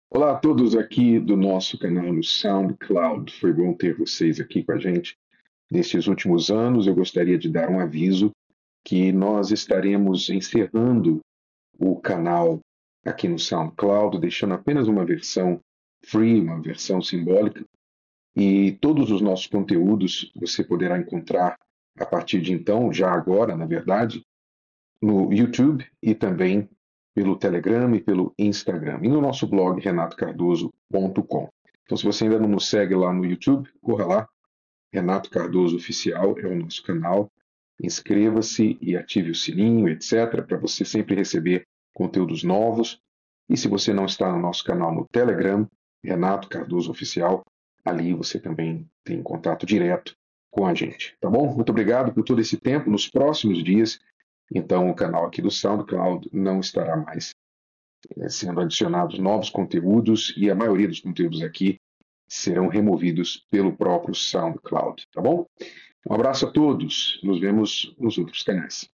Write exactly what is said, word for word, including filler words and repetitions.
Olá a todos aqui do nosso canal no SoundCloud. Foi bom ter vocês aqui com a gente nestes últimos anos. Eu gostaria de dar um aviso que nós estaremos encerrando o canal aqui no SoundCloud, deixando apenas uma versão free, uma versão simbólica, e todos os nossos conteúdos você poderá encontrar a partir de então, já agora, na verdade, no YouTube e também pelo Telegram e pelo Instagram. E no nosso blog renato cardoso ponto com. Então, se você ainda não nos segue lá no YouTube, corra lá. Renato Cardoso Oficial é o nosso canal. Inscreva-se e ative o sininho, etcétera, para você sempre receber conteúdos novos. E se você não está no nosso canal no Telegram, Renato Cardoso Oficial, ali você também tem contato direto com a gente, tá bom? Muito obrigado por todo esse tempo. Nos próximos dias, então, o canal aqui do SoundCloud não estará mais eh, sendo adicionados novos conteúdos e a maioria dos conteúdos aqui serão removidos pelo próprio SoundCloud, tá bom? Um abraço a todos, nos vemos nos outros canais.